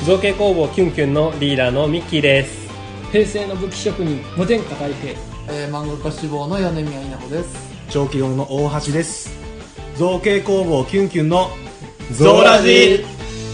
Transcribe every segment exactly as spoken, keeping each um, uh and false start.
造形工房キュンキュンのリーダーのミッキーです。 平成の武器職人無天下太平、 えー、漫画家志望の米宮稲穂です。 長期郎の大橋です。造形工房キュンキュンのゾーラジー。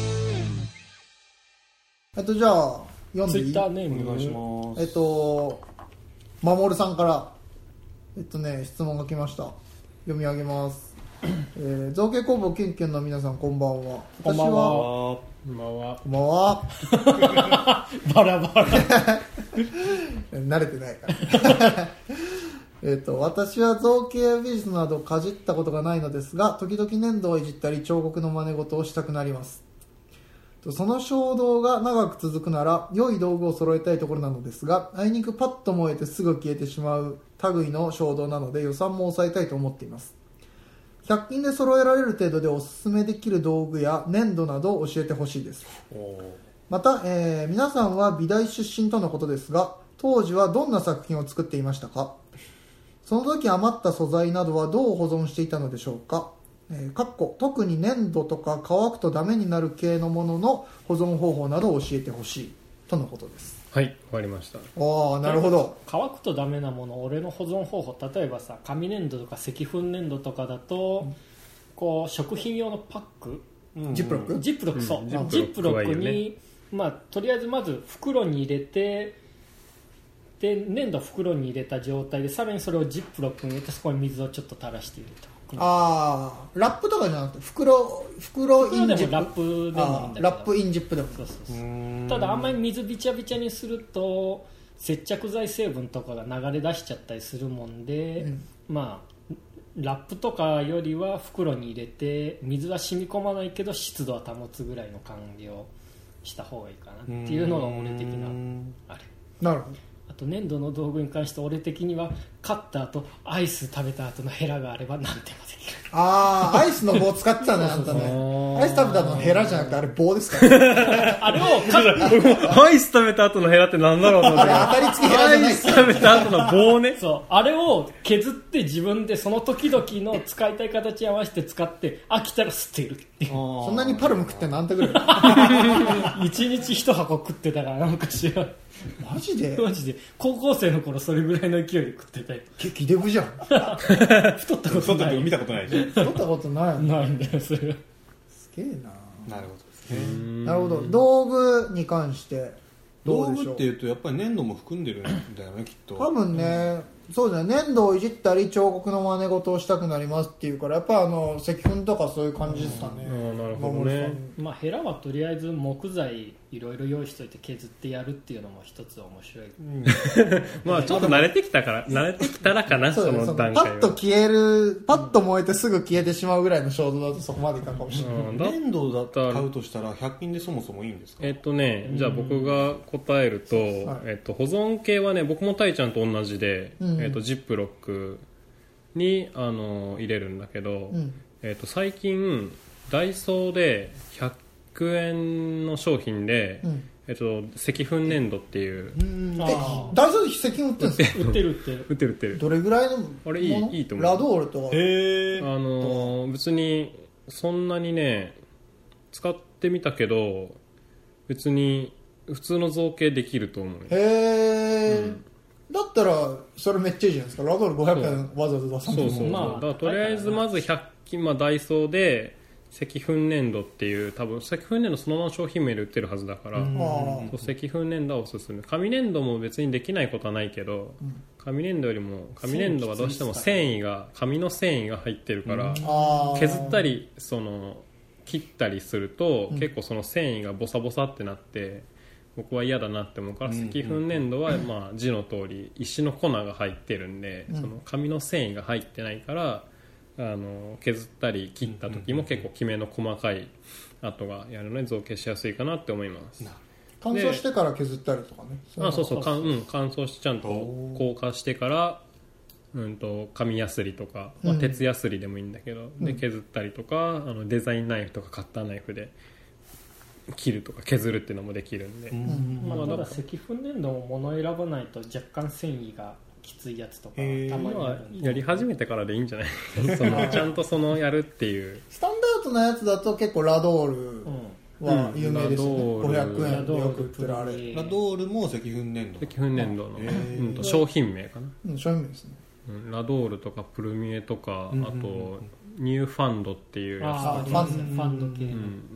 えっとじゃあ読んでいい？ ツイッターネームお願いします。 えっとまもるさんからえっとね質問が来ました。読み上げます。えー、造形工房キュンキュンの皆さんこんばんは。 こんばんは。 私はこんばんは。 こんばんは。 バラバラ。 慣れてないからえっと私は造形美術などかじったことがないのですが、時々粘土をいじったり彫刻の真似事をしたくなります。その衝動が長く続くなら良い道具を揃えたいところなのですが、あいにくパッと燃えてすぐ消えてしまう類の衝動なので予算も抑えたいと思っています。ひゃく均で揃えられる程度でおすすめできる道具や粘土などを教えてほしいです。また、えー、皆さんは美大出身とのことですが、当時はどんな作品を作っていましたか？その時余った素材などはどう保存していたのでしょうか？えー、かっこ特に粘土とか乾くとダメになる系のものの保存方法などを教えてほしいとのことです。 はい、わかりました。 ああ、なるほど。 乾くとダメなもの、俺の保存方法、例えばさ、紙粘土とか石粉粘土とかだと、うん、こう食品用のパック、 うん、ジップロックジップロック、そう、 うん、 ジップロックに、まあ、とりあえずまず袋に入れて、で粘土を袋に入れた状態で、さらにそれをジップロックに入れて、そこに水をちょっと垂らして入れた。 ああ、ラップとかじゃなくて袋袋インジップ、 ラップでもいいんだけど、 ラップインジップでもそうそうそう。ただあんまり水びちゃびちゃにすると接着剤成分とかが流れ出しちゃったりするもんで、うん、まあラップとかよりは袋に入れて水は染み込まないけど湿度は保つぐらいの管理をした方がいいかなっていうのが俺的なあれ。 なるほど。 あと粘土の道具に関して俺的にはカッターとアイス食べた後のヘラがあれば何でもできる。 ああ、アイスの棒使ってたね、あんたね。アイス食べた後のヘラじゃなくてあれ棒ですから、 あれをカッターアイス食べた後のヘラってなんだろうと思って。 あれ当たり付きヘラじゃないアイス食べた後の棒ね。 そう、あれを削って自分でその時々の使いたい形に合わせて使って飽きたら捨てるっていう。 そんなにパルム食ってんのあんたぐらい。 一日一箱食ってたからなんか知らん。 マジでマジで高校生の頃それぐらいの勢いで食ってたよ。 激デブじゃん。 太ったことない。 見たことないでしょ。 太ったことないないんだよそれ。 すげえな。 なるほどですね。 なるほど。道具に関してどうでしょう。 道具っていうとやっぱり粘土も含んでるんだよねきっと。 多分ね、うん、そうだね。粘土をいじったり彫刻の真似事をしたくなりますっていうから、やっぱあの石粉とかそういう感じですかね。 うん、なるほどね。 まあヘラはとりあえず木材いろいろ用意しといて削ってやるっていうのも一つ面白い、うん、 まあちょっと慣れてきたから慣れてきたらかな。その段階はパッと消えるパッと燃えてすぐ消えてしまうぐらいの衝動だとそこまでいかんかもしれない、うん、 粘土だったら買うとしたらひゃく均でそもそもいいんですか？ えっとね、じゃあ僕が答えると、うん、えっと、保存系はね僕もタイちゃんと同じで、うん、えっと、ジップロックにあの入れるんだけど、うん、えっと、最近ダイソーでひゃくえんの商品で、うん、えっと、石粉粘土っていう、うん、 えダイソーで石粉売ってるんですか？ 売ってる売ってる売ってる売ってる。 どれぐらいのあれいいいいと思う。 ラドールとか、 へー、あのー、別にそんなにね使ってみたけど別に普通の造形できると思う。 へー、うん、だったらそれめっちゃいいじゃないですか。ラドールごひゃくえんわざわざ出さない。 そうそうそう、まあ、だからとりあえずまずひゃく均、まあ、ダイソーで石粉粘土っていう多分石粉粘土そのまま商品名で売ってるはずだから、うん、そう石粉粘土はおすすめ。紙粘土も別にできないことはないけど、うん、紙粘土よりも紙粘土はどうしても繊維が紙の繊維が入ってるから、うん、削ったりその切ったりすると、うん、結構その繊維がボサボサってなって僕は嫌だなって思うから、うん、石粉粘土はまあ字の通り石の粉が入ってるんで、うん、その紙の繊維が入ってないからあの削ったり切った時も結構きめの細かい跡がやるので造形しやすいかなって思います。 乾燥してから削ったりとかね。 あ、そうそう、かん、うん、乾燥してちゃんと硬化してから、うん、と紙やすりとか、まあ、鉄やすりでもいいんだけど、うん、で削ったりとかあのデザインナイフとかカッターナイフで切るとか削るっていうのもできるんで、うんうん、まあ、ただ石粉粘土も物選ばないと若干繊維がきついやつとかたまにあるんで、 やり始めてからでいいんじゃないそのちゃんとそのやるっていうスタンダードなやつだと結構ラドールは有名ですよね、 うん、 ごひゃくえんでよく売ってるあれ。 ラドールも石粉粘土。 石粉粘土の、うん、と商品名かな、 うん、商品名ですね、 うん、ラドールとかプルミエとか、うんうんうん、あとニューファンドっていうやつとか、 あファンド、ファンド系、 うん、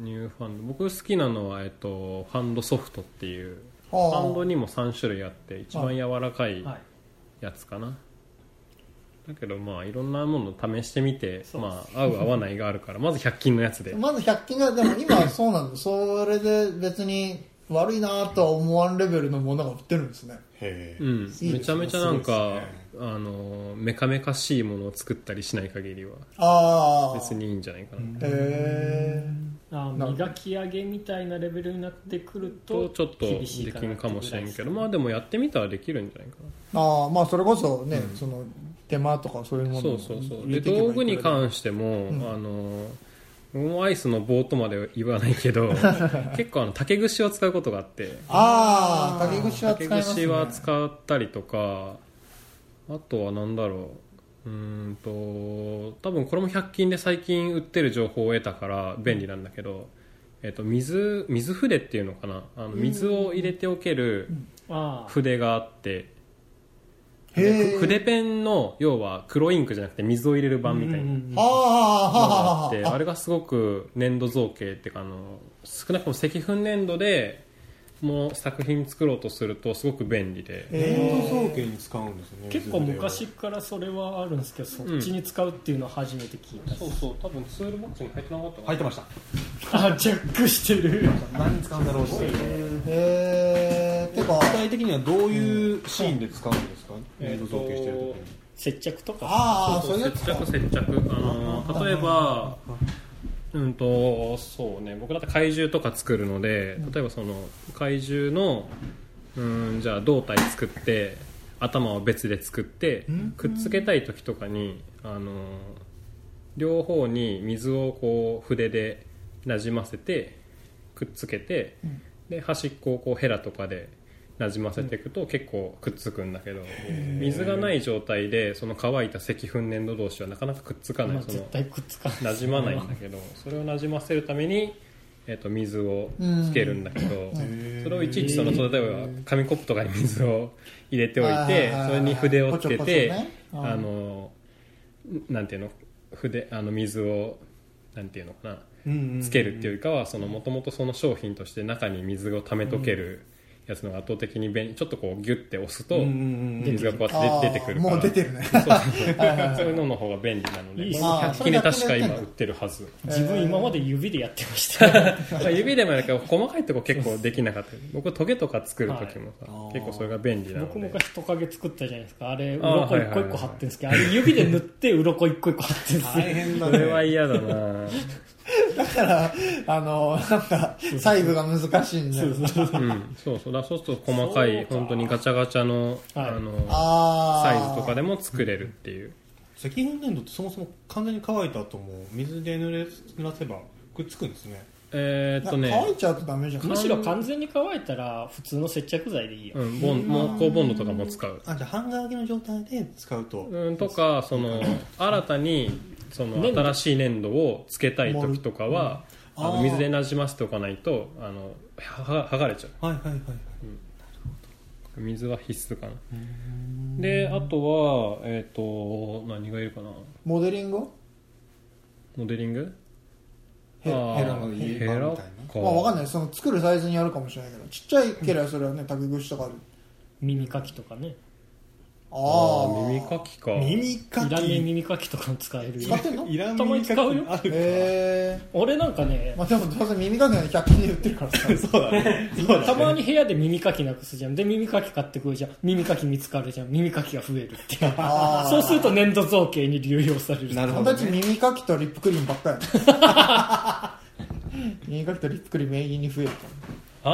ニューファンド、僕好きなのは、えっと、ファンドソフトっていうファンドにもさん種類あって一番柔らかいやつかな、はい、だけどまあいろんなものを試してみて、まあ、合う合わないがあるからまずひゃく均のやつでまずひゃく均がでも今はそうなんですそれで別に悪いなとは思わんレベルのものが売ってるんですね。 へー、うん、めちゃめちゃなんか、ね、あのメカメカしいものを作ったりしない限りはあ別にいいんじゃないかな。 へー、あ磨き上げみたいなレベルになってくるとちょっとできんかもしれんけど、まあでもやってみたらできるんじゃないかな。 ああ、まあそれこそね、うん、その手間とかそういうものをそうそうそうで道具に関しても、うん、あのアイスの棒とまで言わないけど結構あの竹串を使うことがあって、 ああ竹串は使いますね。 竹串は使ったりとか、あとはなんだろう、うーんと多分これもひゃく均で最近売ってる情報を得たから便利なんだけど、えっと、水水筆っていうのかな、あの水を入れておける筆があって、筆ペンの要は黒インクじゃなくて水を入れる版みたいなのがあって、あれがすごく粘土造形っていうか、あの少なくとも石粉粘土でもう作品作ろうとするとすごく便利で、 粘土造形に使うんですね。 結構昔からそれはあるんですけど、そっちに使うっていうのは初めて聞いた、うん、 そうそう、多分ツールボックスに入ってなかったかな。 入ってました。 あ、チェックしてる。 何に使うんだろうって。 へー、てか具体的にはどういうシーンで使うんですか、粘土造形してる時に。 接着とか。 ああ、 そうそう、接着接着、あの例えばうんとそうね、僕だって怪獣とか作るので、例えばその怪獣のうんじゃあ胴体作って頭を別で作ってくっつけたい時とかに、あの両方に水をこう筆でなじませてくっつけて、で端っこをこうヘラとかでなじませていくと結構くっつくんだけど、水がない状態でその乾いた石粉粘土同士はなかなかくっつかない、そのなじまないんだけど、それをなじませるために、えー、と水をつけるんだけど、それをいちいちその例えば紙コップとかに水を入れておいて、それに筆をつけて、あのなんていうの、筆あの水をなんていうのかな、つけるっていうよりかは、もともとその商品として中に水を溜めとけるやつのが圧倒的に便利。ちょっとこうギュッて押すと水がこうやって出てくるから、 もう出てるね。 そうそうそういうのの方が便利なので、ひゃく均で確か今売ってるはず。 自分今まで指でやってました指でもやるけど細かいとこ結構できなかった。僕トゲとか作る時もさ、はい、結構それが便利なので。 僕昔トカゲ作ったじゃないですか。あれ鱗一個一個貼ってるんですけど、あれ指で塗って鱗一個一個貼ってるんですよ。 大変だね。それは嫌だな。 だからあのなんか細部が難しいんだよ。 そうそうそう、うん、そうそうだ、そうすると細かい本当にガチャガチャの、はい、あのあサイズとかでも作れるっていう。 石粉粘土ってそもそも完全に乾いた後も水で濡らせばくっつくんですね。 えー、っとね乾いちゃうとダメじゃん。 むしろ完全に乾いたら普通の接着剤でいいよ、 うん、ボン木工ボンドとかも使う。 あ、じゃあ半乾きの状態で使うと、 うん、とかその新たにその新しい粘土をつけたい時とかは、うん、あの水でなじませておかないとあのは剥がれちゃう。 はいはいはい、 うん、水は必須かな。であとはえっ、ー、と何がいるかな。 モデリングモデリングヘラの家ヘラか、 まあ、分かんない、その作るサイズによるかもしれないけど、ちっちゃいければそれはね、竹串とかある。 耳かきとかね。 ああ、耳かきか。 耳かき、 いらねえ耳かきとか使える。 使ってんの？ いらんたまに使うよ。 へー。 俺なんかね、 まあ、でもどうせ耳かきなんてひゃく均で売ってるからさそうだね。そうだね。 たまに部屋で耳かきなくすじゃん。で耳かき買ってくるじゃん。耳かき見つかるじゃん。耳かきが増えるっていう。そうすると粘土造形に流用される。 なるほど、ね。 俺たち耳かきとリップクリームばっかやね耳かきとリップクリーム永遠に増えるから。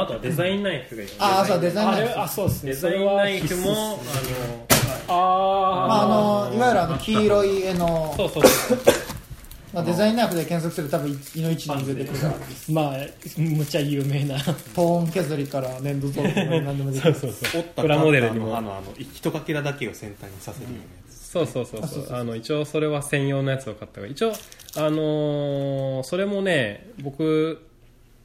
あとはデザインナイフがいい。 ああ、そう、デザインナイフ。 あ、そうですね。 デザインナイフも、あの、 あー、 まあ、あの、いわゆるあの、黄色い絵の、 そうそうそう。 まあ、デザインナイフで検索すると多分、いのいちに出てくるから。 まあ、むちゃ有名な。 トーン削りから粘土造形まで何でもできる。 そうそうそう。 折ったプラモデルにも。 あの、あの、一かけらだけを先端にさせるようなやつ。 そうそうそうそう。あの、一応それは専用のやつを買ったから。一応、あのー、それもね、僕、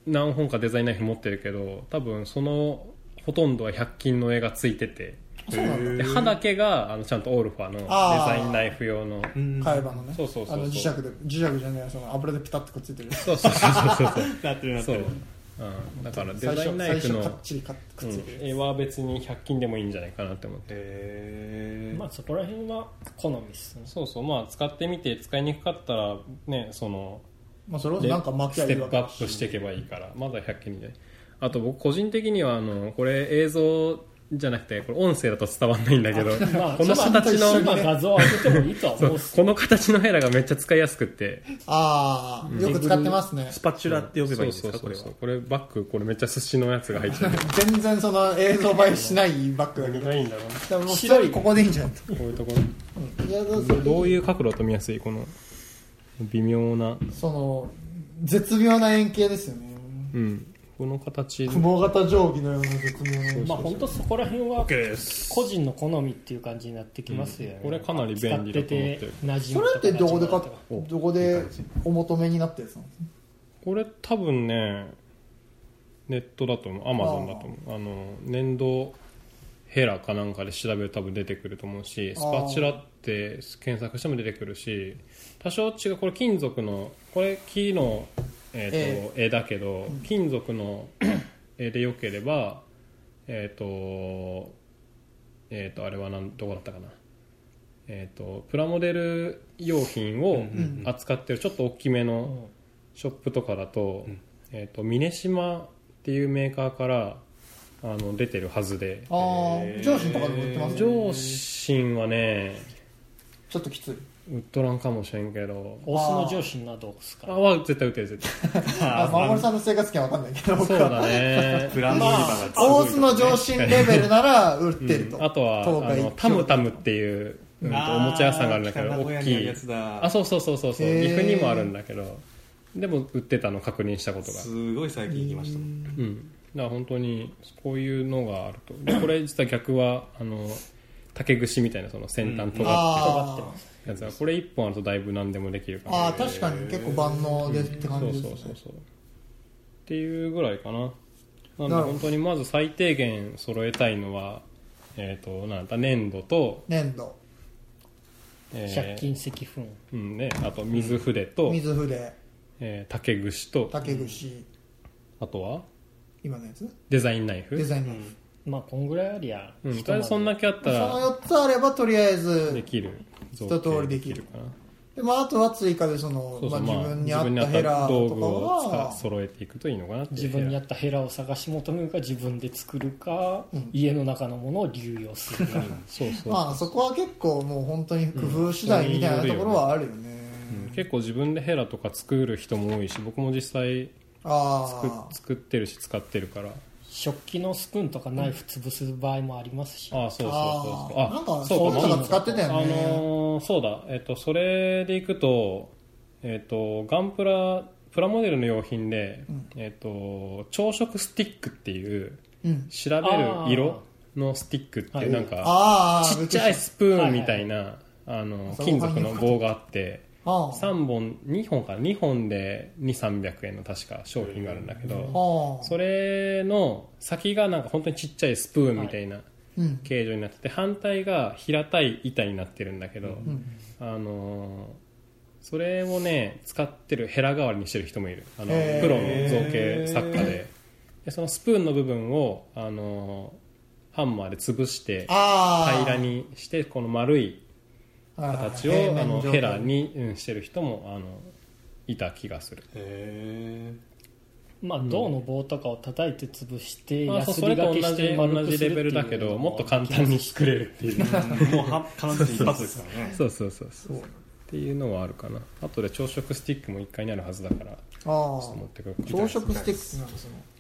何本かデザインナイフ持ってるけど、多分そのほとんどはひゃく均の絵がついてて、 そうなんだ。 で刃だけがあのちゃんとオールファのデザインナイフ用の、 海馬のね。 そうそうそうそう、 あの磁石で磁石じゃない、その油でピタッとくっついてる。 そうそうそうそうそうなってるなってそう、 る。 うん、だからデザイ最初ンナイフの最初かっちりかくっついてる。 うん、絵は別にひゃく均でもいいんじゃないかなって思って。 へまあそこら辺は好みですね。 そうそう、まあ使ってみて使いにくかったらね、そのまあそれこそなんか巻きゃステップアいいわけだし。 ップしていけばいいから、まだひゃく均で。あと僕個人的にはあのこれ映像じゃなくてこれ音声だと伝わんないんだけど、 まあこの形の今画像を上げてもいいとはそう思うっす。 この形のヘラがめっちゃ使いやすくって、 ああ、よく使ってますね。 スパチュラって呼べばいいんですそうか、これはそうそうそう。これバッグこれめっちゃ寿司のやつが入ってる。 全然その映像映えしないバッグだけど。 ないんだろうね。 でももう白いここでいいんじゃないと。 こういうところ。 いやどうぞどういう角度だと見やすいこの微妙な、 その絶妙な円形ですよね。 うん、この形。 雲型定規のような絶妙な円形。 まあ本当そこら辺は OK です。 個人の好みっていう感じになってきますよね。 うんこれかなり便利だと思ってる使ってて馴染それむとかってどこで買っおどこでお求めになってるんですか。 これ多分ねネットだと思う、アマゾンだと思う。あの粘土ヘラかなんかで調べると多分出てくると思うし、スパチュラって検索しても出てくるし、多少違う。これ金属の、これ木の、えーと絵だけど、金属の絵でよければ、えっ、とえっ、とあれはなんどこだったかな、えっ、とプラモデル用品を扱ってるちょっと大きめのショップとかだと、えーとミネシマっていうメーカーからあの出てるはずで、 ああ、上司とかでも売ってます。 上信はねちょっときつい。 ウッドランかもしれんけど、 オスの上司などですか。 あは絶対売ってる絶対。 あ、守さんの生活圏は分かんないけど、僕そうは。 だね。 ブランド売り場がす大ごい須の上司レベルなら売ってると。 あとは東海あのタムタムっていう、うんとおもちゃ屋さんがあるんだけど大きい、あそうそうそうそうそう、 へー岐阜にもあるんだけど、でも売ってたの確認したことが、 すごい最近行きました。 うん、だから本当にこういうのがあると。でこれ実は逆はあの竹串みたいなその先端尖ってるあやつが、これ一本あるとだいぶ何でもできるから、 あー、確かに結構万能でって感そうじですね。 そうそうそうっていうぐらいかな。なんでなるほど本当にまず最低限揃えたいのは、えっ、となんだ粘土と、 粘土、 えー百均石粉。 うんね、あと水筆と、 水筆、 えー竹串と、 竹串、 あとは今のやつデザインナイフ。 デザインナイフ。 まあこんぐらいありゃ、 うん、 ひとまずそんだけあったそのらよっつあればとりあえでず、 きる。 一通りできるかな。 でまあ、あとは追加でそのそうそう、 まあ、 まあ自分に合ったヘラ道とか具を使は揃えていくといいのかなっていう。 自分に合ったヘラを探し求めるか、自分で作るか、 うん家の中のものを流用するか。 そうそう、 まあそこは結構もう本当に工夫次第みたいなところはあるよね、 うん結構自分でヘラとか作る人も多いし、僕も実際作ああ作ってるし使ってるから。 食器のスプーンとかナイフ潰す場合もありますし、 ああそうそうそうそう。 あーなんかそうかそういうのが使ってたよね、 あのーそうだ、えっと、それでいくと、えっと、ガンプラプラモデルの用品で、えっと、朝食スティックっていううん、 調べる色のスティックっていうなんかああちっちゃいスプーンみたいなあの金属の棒があってああさんぼんにほんかなにほんでにせんさんびゃくえんの確か商品があるんだけど、 ああそれの先がなんか本当にちっちゃいスプーンみたいなうん形状になってて、反対が平たい板になってるんだけど、あのーそれをね使ってるヘラ代わりにしてる人もいる。あのへープロの造形作家で、でそのスプーンの部分を、あのーハンマーで潰してああ平らにしてこの丸い形をあのヘラに、うん、してる人もあのいた気がする。 へまあ銅の棒とかを叩いて潰して、 あヤスそうそれと同リがけしてじ丸同じレくするっていうベルだけどもっと簡単に作れるっていうえ。もうは必ず一発ですからね。 そうそうそうそうっていうのはあるかな。あとで朝食スティックもいっかいにあるはずだからちょっあと持ってくるあ朝食スティックってなんかその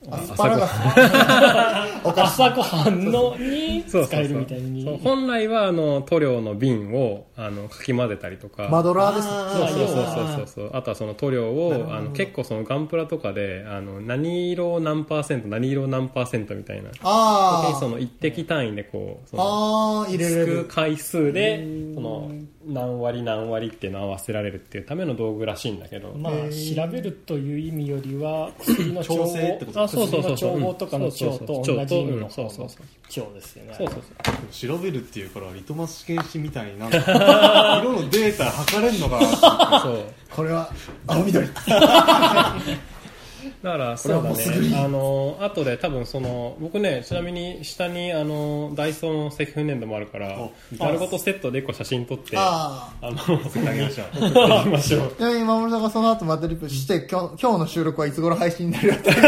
アスパラガス朝ごはんのに使えるみたいに。 そうそうそうそう本来はあの塗料の瓶をあのかき混ぜたりとかマドラーです。 そうそうそうそうそうあとはその塗料をあの結構そのガンプラとかであの何色何パーセント何色何パーセントみたいなあ時にその一滴単位でこうそのあ入れれるすく回数でその何割何割っていうのを合わせられるっていうための道具らしいんだけど、 まあ調べるという意味よりは薬の調合調整ってことあそうそうそう薬の調合とかの調と同じ意味の方の調ですよね。 そうそうそう調べるっていうからリトマス試験紙みたいになんか色のデータ測れるのかなそうこれは青緑だからそうだこれはモスグリーンねあの後で多分その僕ねちなみに下にあのダイソーの石粉粘土もあるからお丸ごとセットでいっこ写真撮ってああの送ってあげましょう送っていきましょうあちなみに守さんがその後またリプして今日今日の収録はいつ頃配信になるよってお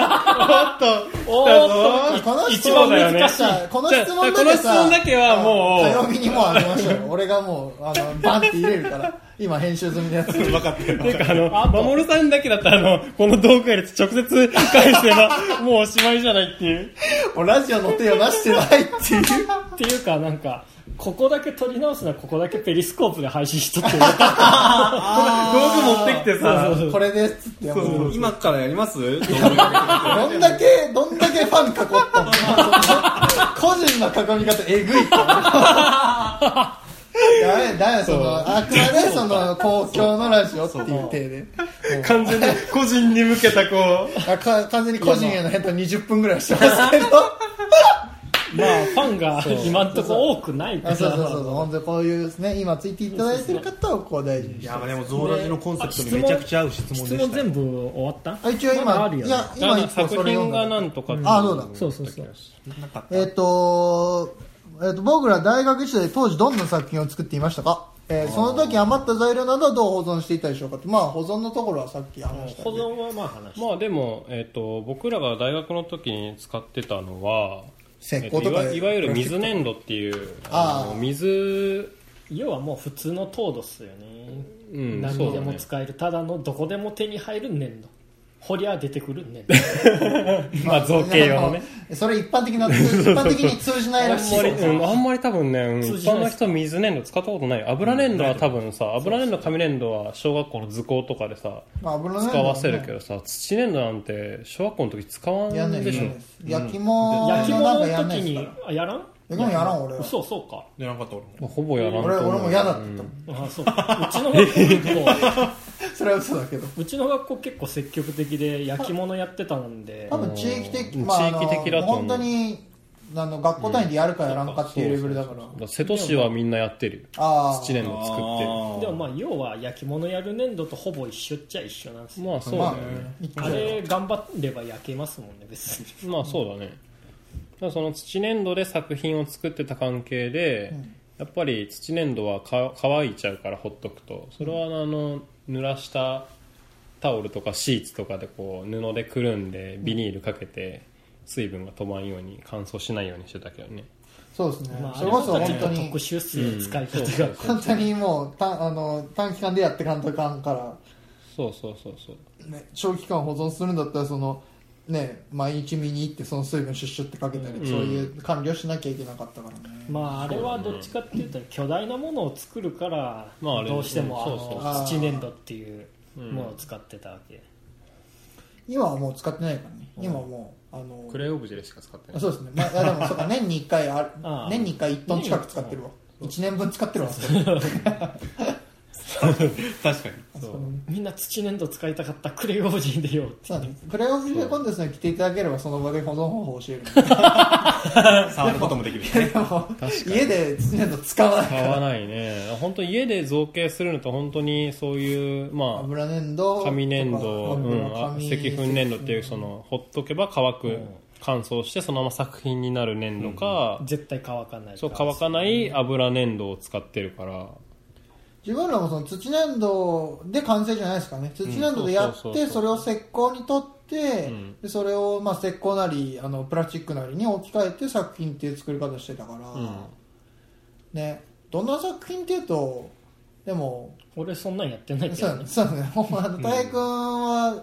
ーっこの一番難しい。 この質問だけさこの質問だけはもう火曜日にもうあげましょうよ俺がもうあのバンって入れるから今編集済みのやつ分かってるていうかあの守さんだけだったらあのこの動画より直接返せばもうおしまいじゃないっていうもうラジオの手を出してないっていうっていうかなんかここだけ撮り直すのはここだけペリスコープで配信しとってよかった道具持ってきてさこれですっつってもう今からやりますどんだけどんだけファン囲ったの個人の囲み方えぐいからダメダメそのあくまでその公共のラジオっていう体で完全に個人に向けたこうあか完全に個人への返答にじゅっぷんぐらいしてますけどまあファンが今んとこ多くないからあそうそうそうそう本当にこういうですね今ついていただいてる方をこう大事にしていやまあでもゾーラジのコンセプトにめちゃくちゃ合う質問で質した問全部終わったあ一応今、 まだあるよねいや今一個そ作品れ読んだがなんとかってあそうだそうそうそうえっ、とえっ、と僕ら大学時代当時どんな作品を作っていましたか、えー、その時余った材料などはどう保存していたでしょうかってまあ保存のところはさっき話したんで保存はまあ話まあでも、えー、と僕らが大学の時に使ってたのは、 石膏とかえーといわいわゆる水粘土っていうあーあの水、 要はもう普通の糖度っすよね、 うん、 何にでもそうだね使えるただのどこでも手に入る粘土掘りゃ出てくる粘土まあ造形用のねそれ一般的な一般的に通じないらしいあんまり、うん、あんまり多分ね、うん、 通じない一般の人水粘土使ったことない油粘土は多分さ油粘土紙粘土は小学校の図工とかでさまあ油粘土はね使わせるけどさ土粘土なんて小学校の時使わやんないんでしょ、 です焼き物焼きなんか物やんないですの時にかあやらんらやらん俺はそうそうかでなかった俺もほぼやらんと思う俺俺も嫌だって言ったもん、 あそうかうちの学校結構それは嘘だけどうちの学校結構積極的で焼き物やってたもんで多分地域的、 うんまあ、あ地域的だと思うの本当にあの学校単位でやるかやらんかっていうレベルだから、 そうそうそう瀬戸市はみんなやってるよああ土粘土作ってでもまあ要は焼き物やる粘土とほぼ一緒っちゃ一緒なんですよるまあそうまあだよね、 一応あれ頑張れば焼けますもんね別にまあそうだねだからその土粘土で作品を作ってた関係で、 うんやっぱり土粘土はか乾いちゃうからほっとくとそれはあの濡らしたタオルとかシーツとかでこう布でくるんでビニールかけて水分が飛ばんように乾燥しないようにしてたけどねそうですね、 まあ、 それこそあれはちょっと本当に特殊っすよ、 うん使い方が、 そうそうそう本当にもうたあの短期間でやってかんといかんから、 そうそうそうそうね、長期間保存するんだったらそのね毎日見に行ってその水分シュッシュってかけたり、 うんそういう管理をしなきゃいけなかったからね、 まああれはどっちかっていうと巨大なものを作るからまああれどうしてもあうんそうそうの土粘土っていうものを使ってたわけ、 今はもう使ってないからね今はもうあのクレイオブジェでしか使ってないそうですね、まあ、いやでもそうか年にいっかいあるああ年にいっかいいちトン近く使ってるわいちねんぶん使ってるわ確かにそうみんな土粘土使いたかったクレイオブジェでよそうねクレヨンビデオコンテストに来ていただければその場で保存方法を教える触ることもできるでも家で土粘土使わないか買わらないね本当家で造形するのと本当にそういうまあ油粘土紙粘土、 とかうん、あ紙石粉粘土っていうそのほっとけば乾く、 うん乾燥してそのまま作品になる粘土か、 絶対乾かないそう乾かない油粘土を使ってるから自分らもその土粘土で完成じゃないですかね土粘土でやってそうそうそうそうそれを石膏に取って、 うんでそれをまあ石膏なりあのプラスチックなりに置き換えて作品っていう作り方してたから、 うんねどんな作品っていうとでも俺そんなんやってないけどねそうそうねほんまあの大平君は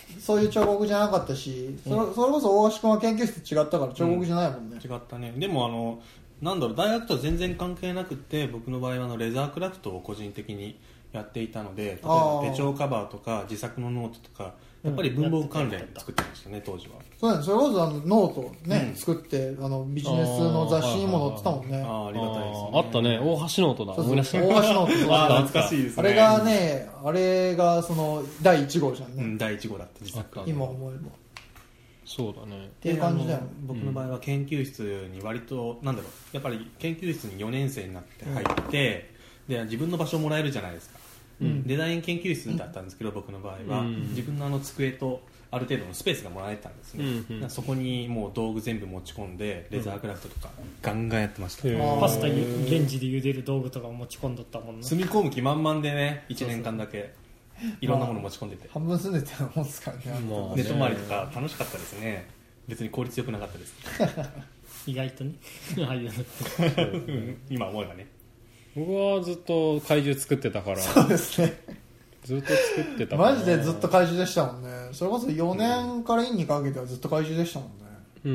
そういう彫刻じゃなかったし、それ、それこそ大橋君は研究室違ったから彫刻じゃないもんね、 うん、違ったね。でもあのなんだろう、大学とは全然関係なくて、僕の場合はあのレザークラフトを個人的にやっていたので、例えば手帳カバーとか自作のノートとかやっぱり文房具関連作ってましたね、当時は。 そうだね、それこそあのノートね、 うん、 作ってあのビジネスの雑誌にも載ってたもんね。 ああ、ありがたいですね。 あったね、大橋ノートだ。 そうそう、 思い出した。 大橋ノートあ懐かしいですね。 あれがね、あれがそのだいいち号じゃんね、 うん、だいいち号だった自作。 今思えばそうだねっていう感じだよね。 僕の場合は研究室に割と、なんだろう、やっぱり研究室によねん生になって入って、うん、で自分の場所をもらえるじゃないですか、うん、デザイン研究室だったんですけど、うん、僕の場合は、うん、自分のあの机とある程度のスペースがもらえたんですね、うんうん、そこにもう道具全部持ち込んでレザークラフトとかガンガンやってました、うん、 パスタレンジで茹でる道具とか持ち込んどったもんね。 住み込む気満々でね、いちねんかんだけいろんなもの持ち込んでて、 まあ、半分住んでたようなもんですからね。 まあ、ネット周りとか楽しかったですね。別に効率よくなかったです意外とねああいうの今思えばね。 僕はずっと怪獣作ってたから。 そうですね、 ずっと作ってたからマジでずっと怪獣でしたもんね。それこそよねんから院にかけてはずっと怪獣でしたもんね。 うん、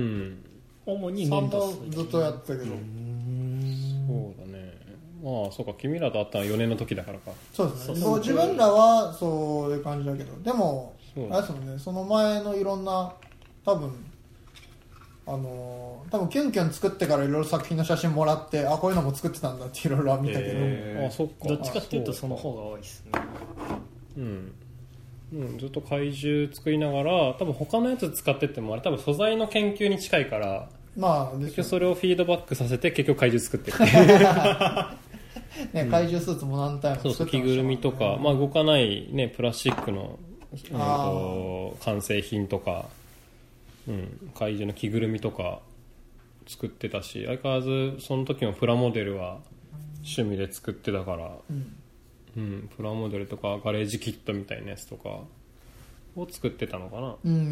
主に粘土ずっとやってたけど、 そうだね。まあそうか、君らと会ったのはよねんの時だからか。 そうですね、そう自分らはそういう感じだけど、でもあれですもんね、その前のいろんな多分あのー、多分キュンキュン作ってからいろいろ作品の写真もらって、あこういうのも作ってたんだっていろいろ見たけど、 えー、あそっか、 どっちかっていうとその方が多いですね。 うん、うん、ずっと怪獣作りながら、多分他のやつ使ってってもあれ多分素材の研究に近いから、 まあ、 結局それをフィードバックさせて結局怪獣作ってるね、怪獣スーツも何体も作ってましたもんね。 そうそう、着ぐるみとか、まあ、動かない、ね、プラスチックの、うん、と完成品とか、うん、怪獣の着ぐるみとか作ってたし、相変わらずその時もプラモデルは趣味で作ってたから、うんうん、プラモデルとかガレージキットみたいなやつとかを作ってたのかな。うん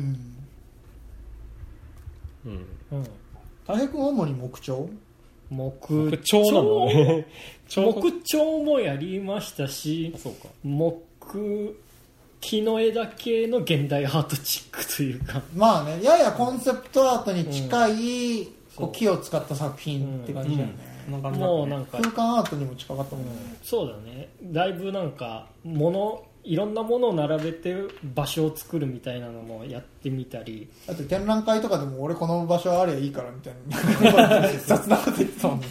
うん、大平君は主に木彫木彫なのね木彫もやりましたし、 そうか、 木木の枝系の現代アートチックというか、 まあね、ややコンセプトアートに近い、うん、こう木を使った作品って感じだよね、 うん、もうなんか空間アートにも近かったもんね、 うん、そうだね。だいぶなんか物いろんなものを並べて場所を作るみたいなのもやってみたり、 あと展覧会とかでも俺この場所ありゃいいからみたいな雑なこと言ってたもんね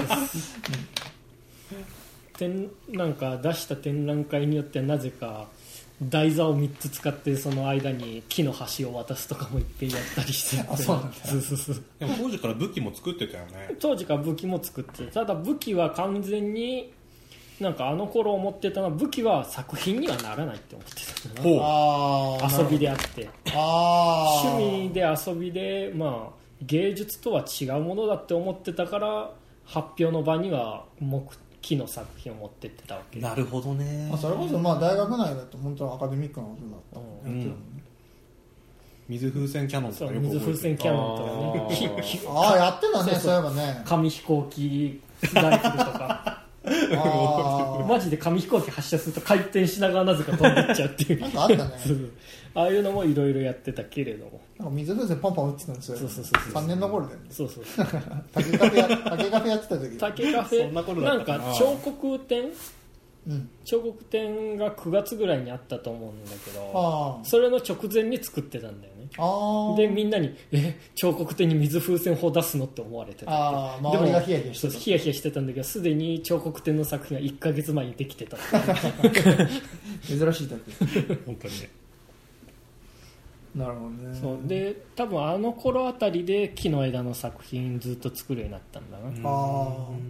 展なんか出した展覧会によってはなぜか台座をみっつ使ってその間に木の端を渡すとかもいっぺんやったりしてあ、そうなんだ。 そうそうそう。 でも当時から武器も作ってたよね。 当時から武器も作ってただ武器は完全になんかあの頃思ってたのは武器は作品にはならないって思ってたな。 あ遊びであってあ趣味で遊びで、まあ、芸術とは違うものだって思ってたから発表の場には木木の作品を持ってってたわけ。 なるほどね。 それこそまあ大学内だと本当はアカデミックなことだった、うんうん、 水風船キャノンとかよく水風船キャノンとかねああやってたね。そういえばね、 紙飛行機ライフルとかあマジで紙飛行機発射すると回転しながらなぜか飛んでっちゃうっていうなんかあったねああいうのもいろいろやってたけれども、 なんか水風船ポンポン打ってたんですよ。 そうそうそうそうさんねんの頃で、ね、 そうそうそう竹カフェや竹カフェやってた時竹カフェ な, なんか彫刻展、うん、彫刻展がくがつぐらいにあったと思うんだけど、それの直前に作ってたんだよね。あでみんなにえ彫刻展に水風船砲出すのって思われてた。 あ周りがヒヤヒヤしてた。 ヒヤヒヤしてたんだけど、すでに彫刻展の作品がいっかげつまえにできてた珍しいだけ本当にね。 なるほどね。 そうで多分あの頃あたりで木の枝の作品ずっと作るようになったんだな。あ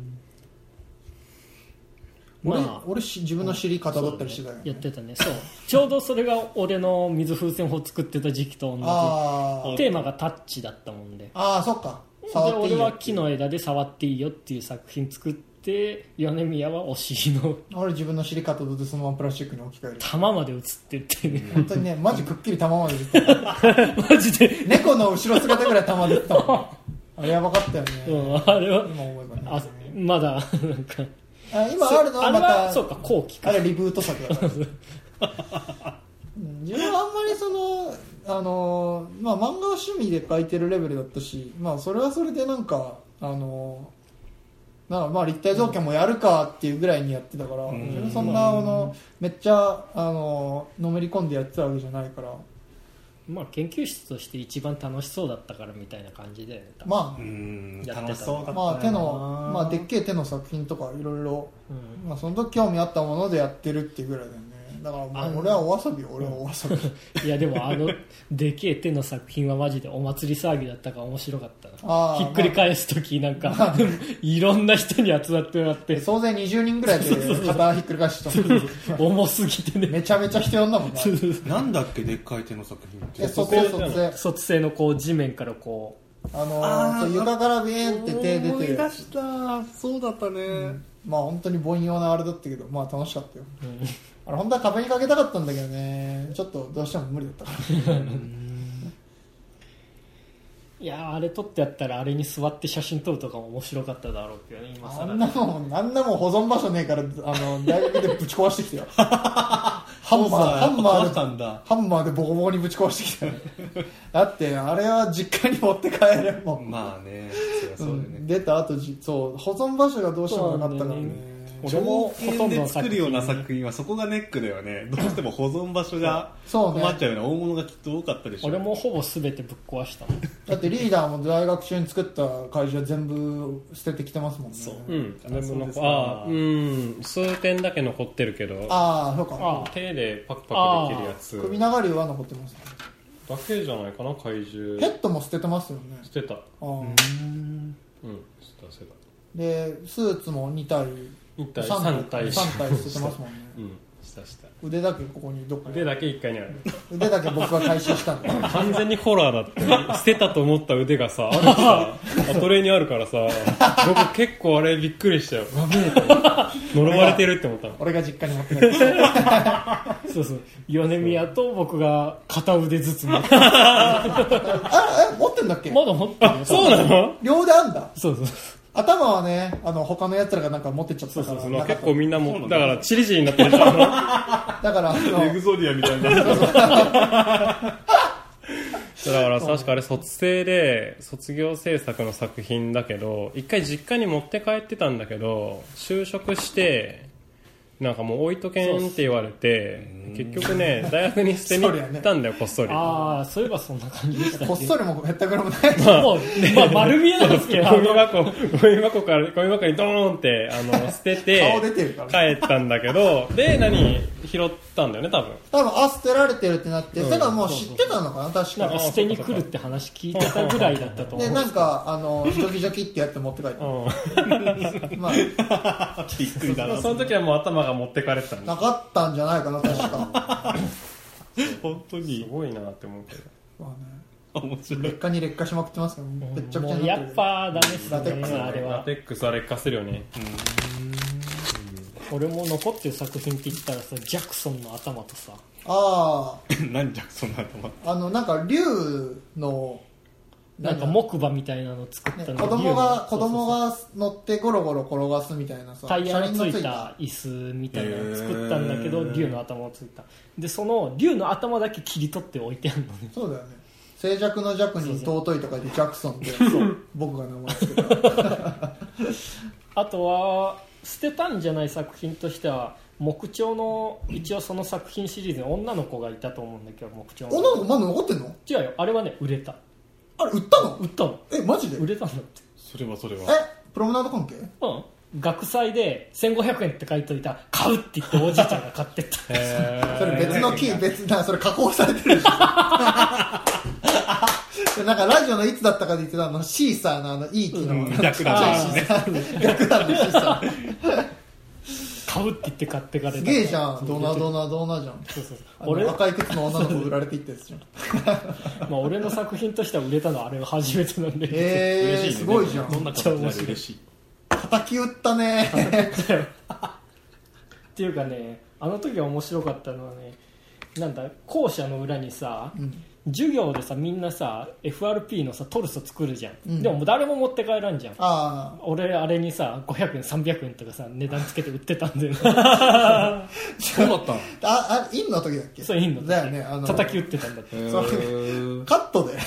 俺、まあ、俺自分の尻かたどったりしてたよ、ね、 やってたね。そうちょうどそれが俺の水風船砲作ってた時期と同じテーマがタッチだったもんで、 ああそっか。 触っていいよで俺は木の枝で触っていいよっていう作品作って、米宮はお尻の俺自分の尻かたどってそのままプラスチックに置き換える。 玉まで映ってっていう、 本当にねマジくっきり玉まで映ってたマジで猫の後ろ姿ぐらい玉出てたもんあれやばかったよね、 うん、あれは今思えばね。 あまだなんかあ今あるのはまたそうか後期か。 あれリブート作だから自分はあんまりそのあの、まあ、漫画は趣味で描いてるレベルだったし、まあ、それはそれでなんかあのなんかまあ立体造形もやるかっていうぐらいにやってたから、自分そんなあのめっちゃあののめり込んでやってたわけじゃないから、 まあ研究室として一番楽しそうだったからみたいな感じで、 まあ、 うんやってた楽しそうだったな、 まあ、手の、まあ、でっけえ手の作品とかいろいろ、まあ、その時興味あったものでやってるっていうぐらいだよね。だからまあ俺はお遊びよ、俺はお遊びいやでもあのでけえ手の作品はマジでお祭り騒ぎだったから面白かったな。ひっくり返す時なんか、まあ、いろんな人に集まってもらって総勢にじゅうにんぐらいで肩ひっくり返してた重すぎてね、 めちゃめちゃ人呼んだもんななんだっけでっかい手の作品って卒生卒生卒生のこう地面からこうあのー、そう床からビーンって手出てる。 思い出したそうだったね、うん、 まあ本当に凡庸なあれだったけど、まあ楽しかったよ、うん、あれ本当は壁にかけたかったんだけどね、ちょっとどうしても無理だったからいやあれ撮ってやったらあれに座って写真撮るとかも面白かっただろうけどね。今あんなもんあんなもん保存場所ねえからあの大学でぶち壊してきてよハンマーハンマーでハンマーでボコボコにぶち壊してきただってあれは実家に持って帰れるもん。 まあねそうだね、うん、 出た後じそう保存場所がどうしてもなかったからね。 俺もほとんどで作るような作品はそこがネックだよね。どうしても保存場所が困っちゃうような大物がきっと多かったでしょ。 俺もほぼ全てぶっ壊したもんだってリーダーも大学中に作った会社全部捨ててきてますもんね。 そう、うん、全部残ああうん数点だけ残ってるけど、 ああそうか、 あ手でパクパクできるやつ首長竜は残ってます、ね、 だけじゃないかな。怪獣ヘッドも捨ててますよね。 捨てた。ああうんうん捨てた捨てた。 でスーツもに体さん体さん体捨ててますもんねうんしたした腕だけここにどっか腕だけいっかいにある腕だけ僕が回収したんだ完全にホラーだって捨てたと思った腕がさあるさアトリエにあるからさ僕結構あれびっくりしたよ。やべえって呪われてるって思ったの。 俺が実家に持って帰ってそうそう米宮と僕が片腕ずつ持ってあえ持ってんだっけ。 まだ持ってるよ。 そうなの。 両腕あんだ。 そうそう頭はねあの他のやつらがなんか持ってっちゃったから。 そうそうそう結構みんなもだからチリチリになってるじゃんだからあのエグゾディアみたいなだから確かあれ卒生で卒業制作の作品だけど一回実家に持って帰ってたんだけど就職してなんかもう置いとけんって言われて結局ね大学に捨てに行ったんだよこっそり。 ああそういえばそんな感じでしたね。 こっそりもへったくれもないもう、まあ、丸見えなんですけどゴミ箱ゴミ箱からゴミ箱にドーンってあの捨てて顔出てるから帰ったんだけどで何拾ったんだよね多分多分あ捨てられてるってなって、うん、だからもう知ってたのかな確かなんか捨てに来るって話聞いてたぐらいだったと思うでなんかあのジョキジョキってやって持って帰った、うん、まあびっくりだな。 その時はもう頭が持ってかれてたんだ。 なかったんじゃないかな確か本当にすごいなって思うけど、 まあね、 面白い。 劣化に劣化しまくってますからめっちゃくちゃもうやっぱダメっすねラテックスあれは。 ラテックスは劣化するよね。 俺も残ってる作品って言ったらさジャクソンの頭とさあ何ジャクソンの頭ああのなんか竜のなんか木馬みたいなの作ったの、 ね、子供が子供が乗ってゴロゴロ転がすみたいなさタイヤのついた椅子みたいなの作ったんだけど竜の頭をついたでその竜の頭だけ切り取って置いてあるのね。 そうだよね。静寂の弱に尊いとか言ってジャクソンで僕が名前つけたあとは捨てたんじゃない作品としては木彫の一応その作品シリーズに女の子がいたと思うんだけど木彫の女の子まだ残ってんの。 違うよあれはね売れた。 あれ売ったの。 売ったの。 えマジで売れたんだって。 それはそれはえプロムナード関係。 うん学祭でせんごひゃくえんって書いといた買うって言っておじいちゃんが買ってったへそれ別のキー別なそれ加工されてるでしょなんかラジオのいつだったかで言ってたのシーサーのあのいい機能、うん、 逆なんですね逆なんでシーサー買うって言って買ってかれた。 すげえじゃんドナドナドナじゃん。 そうそうそう俺赤い靴の女の子売られていったやつじゃんまあ俺の作品としては売れたのはあれが初めてなんでえー、 嬉しいね。 すごいじゃん。 どんな形で嬉しい。 叩き打ったねっていうかねあの時は面白かったのはねなんだ校舎の裏にさ、うん、 授業でさみんなさ エフアールピー のさトルソ作るじゃん、 うん、 でももう誰も持って帰らんじゃん。 あ俺あれにさごひゃくえんさんびゃくえんとかさ値段つけて売ってたんだよねそうだったの。 ああインの時だっけ。 そうインの時だよね。あの叩き売ってたんだって。 そうカットで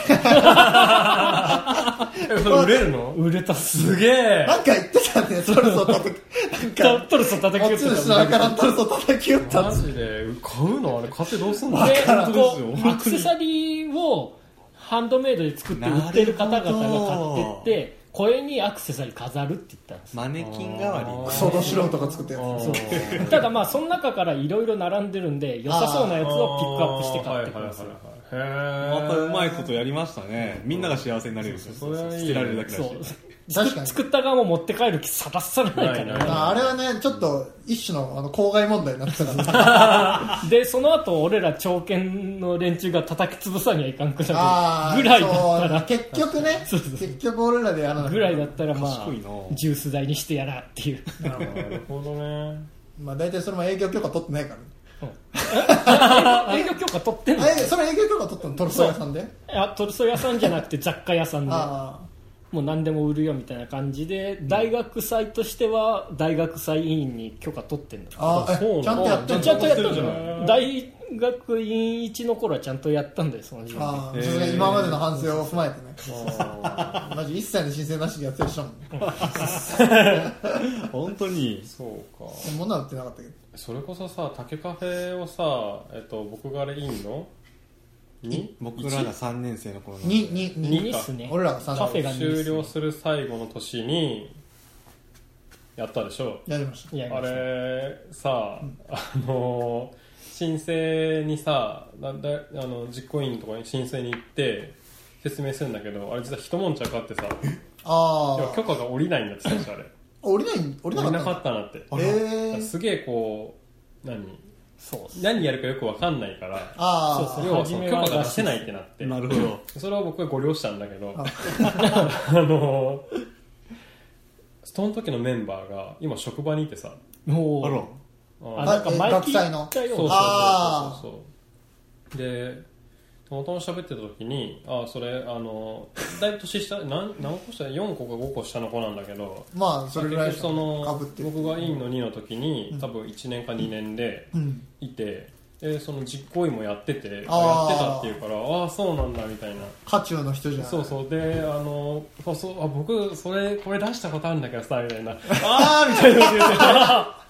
売れるの？ 売れた。 すげえ。 なんか言ってたね。トルソ叩きなんかトルソ叩き売ってたんだけど。 お通しのからトルソ叩き売ったマジで買うの？あれ買ってどうすんの？ で本当ですよ。 アクセサリーをハンドメイドで作って売ってる方々が買ってって声にアクセサリー飾るって言ったんですよ。 マネキン代わりにクソど素人が作ったやつ。 そうただまあその中からいろいろ並んでるんで良さそうなやつをピックアップして買ってくるんですよ。 へー、 またうまいことやりましたね。みんなが幸せになれる。 そうそうそう捨てられるだけだし。 そう確かに作った側も持って帰る気さらさらないからね。 あれはねちょっと一種のあの公害問題になってたからでその後俺ら長剣の連中が叩き潰さにはいかんくなあるぐらいだったら結局ねそうそうそう結局俺らでやらないぐらいだったらまあ賢いなジュース代にしてやらっていうなるほどね。 まあ大体それも営業許可取ってないからね。 営業許可取ってんの？ あえそれ営業許可取ったのトルソ屋さんで？ いやトルソ屋さんじゃなくて雑貨屋さんであもう何でも売るよみたいな感じで大学祭としては大学祭委員に許可取ってんだ。 ああそうなの？ ちゃんとやってんの？ ちゃんとやったんじゃだないよ。大学院一の頃はちゃんとやったんだよその時ああさすがに今までの反省を踏まえてねマジ一切の申請なしでやってる人もんね本当にそうか。 物は売ってなかったけどそれこそさ竹カフェをさ、えっと、僕があれいいのに僕らがさんねん生の頃のににににっすね。 俺らがさんカフェがに終了する最後の年にやったでしょ。 やりましたあやりましたれさ、あの申請にさだだあの実行委員のところに申請に行って説明するんだけどあれ実は一悶着あってさああ許可が下りないんだって最初あれ降りない降りなかった下りなかったなってえー、 すげえこう何そう何やるかよく分かんないからああ要はその許可が出せないってなってなるほどそれは僕がご了承したんだけどあのその時のメンバーが今職場にいてさもうあらあなんか前聞いたようなそうそうそうあそうでたまたま喋ってた時にあそれあのだいぶ年下何何個下よんこかごこ下の子なんだけどまあそれぐらい結局その被ってる僕が院のにの時に、うん、多分いちねんかにねんでいて、うん、でその実行委員もやっててやってたっていうからああそうなんだみたいな渦中の人じゃんそうそうであのそうそうあ僕それこれ出したことあるんだけどさみたいなああみたいなこと言ってて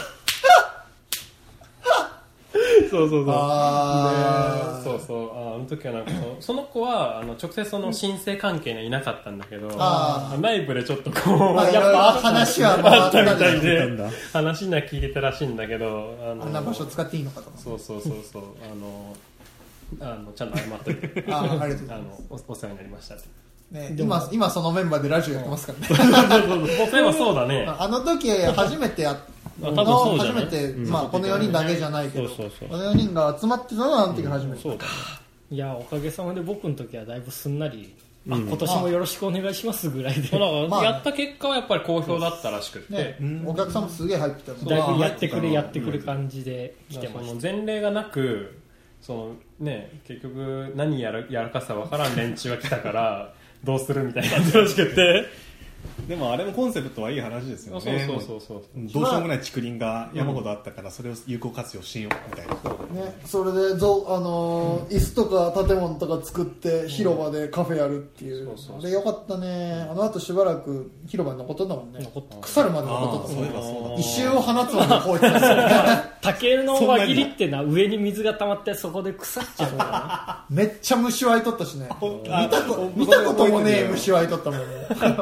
そうそうそうあでそうそうああの時はなんかそその子はあの直接その申請関係にはいなかったんだけどあ内部でちょっとこう、 まあ、 やっぱ話はあったみ回ったりたいで話には聞いてたらしいんだけどあのあんな場所使っていいのかとかそうそうそうそうあのあのちゃんと謝っといてあありがとうございますあの お, お世話になりましたってね、今, 今そのメンバーでラジオやってますからねそうはそうだねあの時初めてや多分そうじゃ初ないめて、 うんまあ、このよにんだけじゃないけどそうそうそうこのよにんが集まってたのはあの時初めて、 そうだねいやおかげさまで僕の時はだいぶすんなり、まあ、今年もよろしくお願いしますぐらいで、 だからまあやった結果はやっぱり好評だったらしくて、 ね、お客さんもすげえ入ってたもんだいぶやってくれやってくれ感じで来てました。 その前例がなくその、ね、結局何やるやるかさ分からん連中が来たからどうするみたいな感じらしくてでもあれもコンセプトはいい話ですよね。 そうそうそうそうどうしようもない竹林が山ほどあったからそれを有効活用しようみたいな、 ね、それでぞ、あのー、椅子とか建物とか作って広場でカフェやるっていう、 そうそうそうあれよかったね。あの後しばらく広場に残っとったもんね。腐るまで残っとったもんね。 そういえばそうだ異臭を放つまで放置したんですよね竹の輪切りってのは上に水が溜まってそこで腐っちゃうからめっちゃ虫湧いとったしね。見たこ見たこともねえ虫湧いとったもんね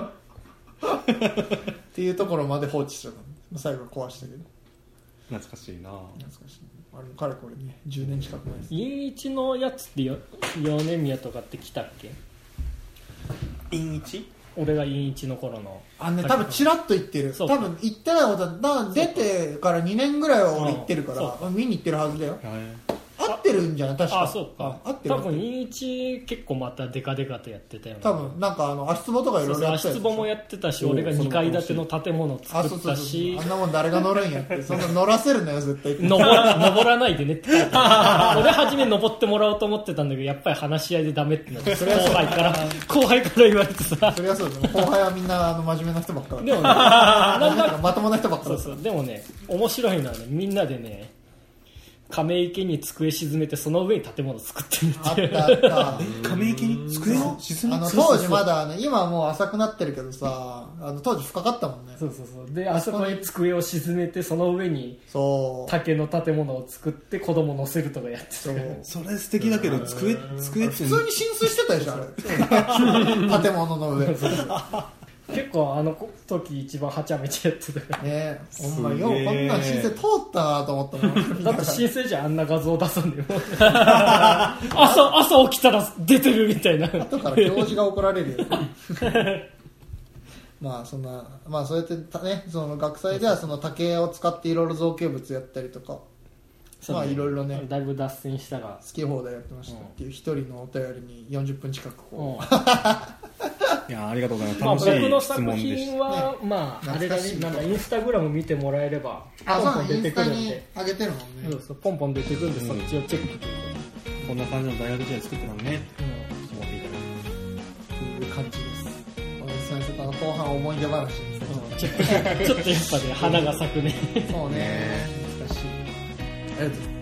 っていうところまで放置しちゃった最後壊したけど懐かしいな。 懐かしいあれもかれこれねじゅうねん近く前です。 院一のやつってよ米宮とかって来たっけ？ 院一？ 俺が院一の頃のあのね多分チラッと言ってる。 そう多分行ってないことはだ出てからにねんぐらいは俺行ってるかそら見に行ってるはずだよ。あ合ってるんじゃない確か。 あ、そうか。 合ってる。 多分、インイチ結構またデカデカとやってたよね。 多分、なんかあの、足つぼとかいろいろやってた。 足つぼもやってたし、俺がにかい建ての建物を作ったし。 あんなもん誰が乗るんやって。そんな乗らせるなよ、絶対。 登ら、登らないでねって書いてある。俺初め登ってもらおうと思ってたんだけど、やっぱり話し合いでダメってなって、それは後輩から、後輩から言われてさ。 それはそうですね。後輩はみんなあの真面目な人ばっかり。 でもね、なんかまともな人ばっかり。 そうそう。でもね、面白いのはね、みんなでね、亀池に机沈めてその上に建物作ってみて。 あったあった。 亀池に机を沈めて。 あの当時まだね、今はもう浅くなってるけどさ、あの当時深かったもんね。 そうそうそう。で、あそこに机を沈めてその上に竹の建物を作って子供乗せるとかやってそう。 それ素敵だけど、机、机って普通に浸水してたでしょ、あれ。建物の上。 結構あの時一番はちゃめちゃやってたからね。ほんまようこんなん申請通ったなと思ったもん。 だって申請じゃあんな画像出さんでよ朝朝起きたら出てるみたいな後から教授が怒られるよまあそんなまあそうやってね、その学祭ではその竹を使っていろいろ造形物やったりとか、まあいろいろね、 だいぶ脱線したが好き放題やってましたっていう一人のお便りによんじゅっぷん近くこういやありがとうございます。 まあ、 楽しい僕の作質問でした。 品は、ね、まああれだね、なんかインスタグラム見てもらえればあポンポン出てくるんそうインスタにで、 上げてるもんね。 そうそうポンポン出てくるんで、 うんそっちをチェックというこんな感じの大学時代作ってたのね。 うん思っていただいて。 っていう感じです。先生との後半思い出話ですね。 ちょっとちょっとやっぱね花が咲くねそうね、難しい。ありがとうございます。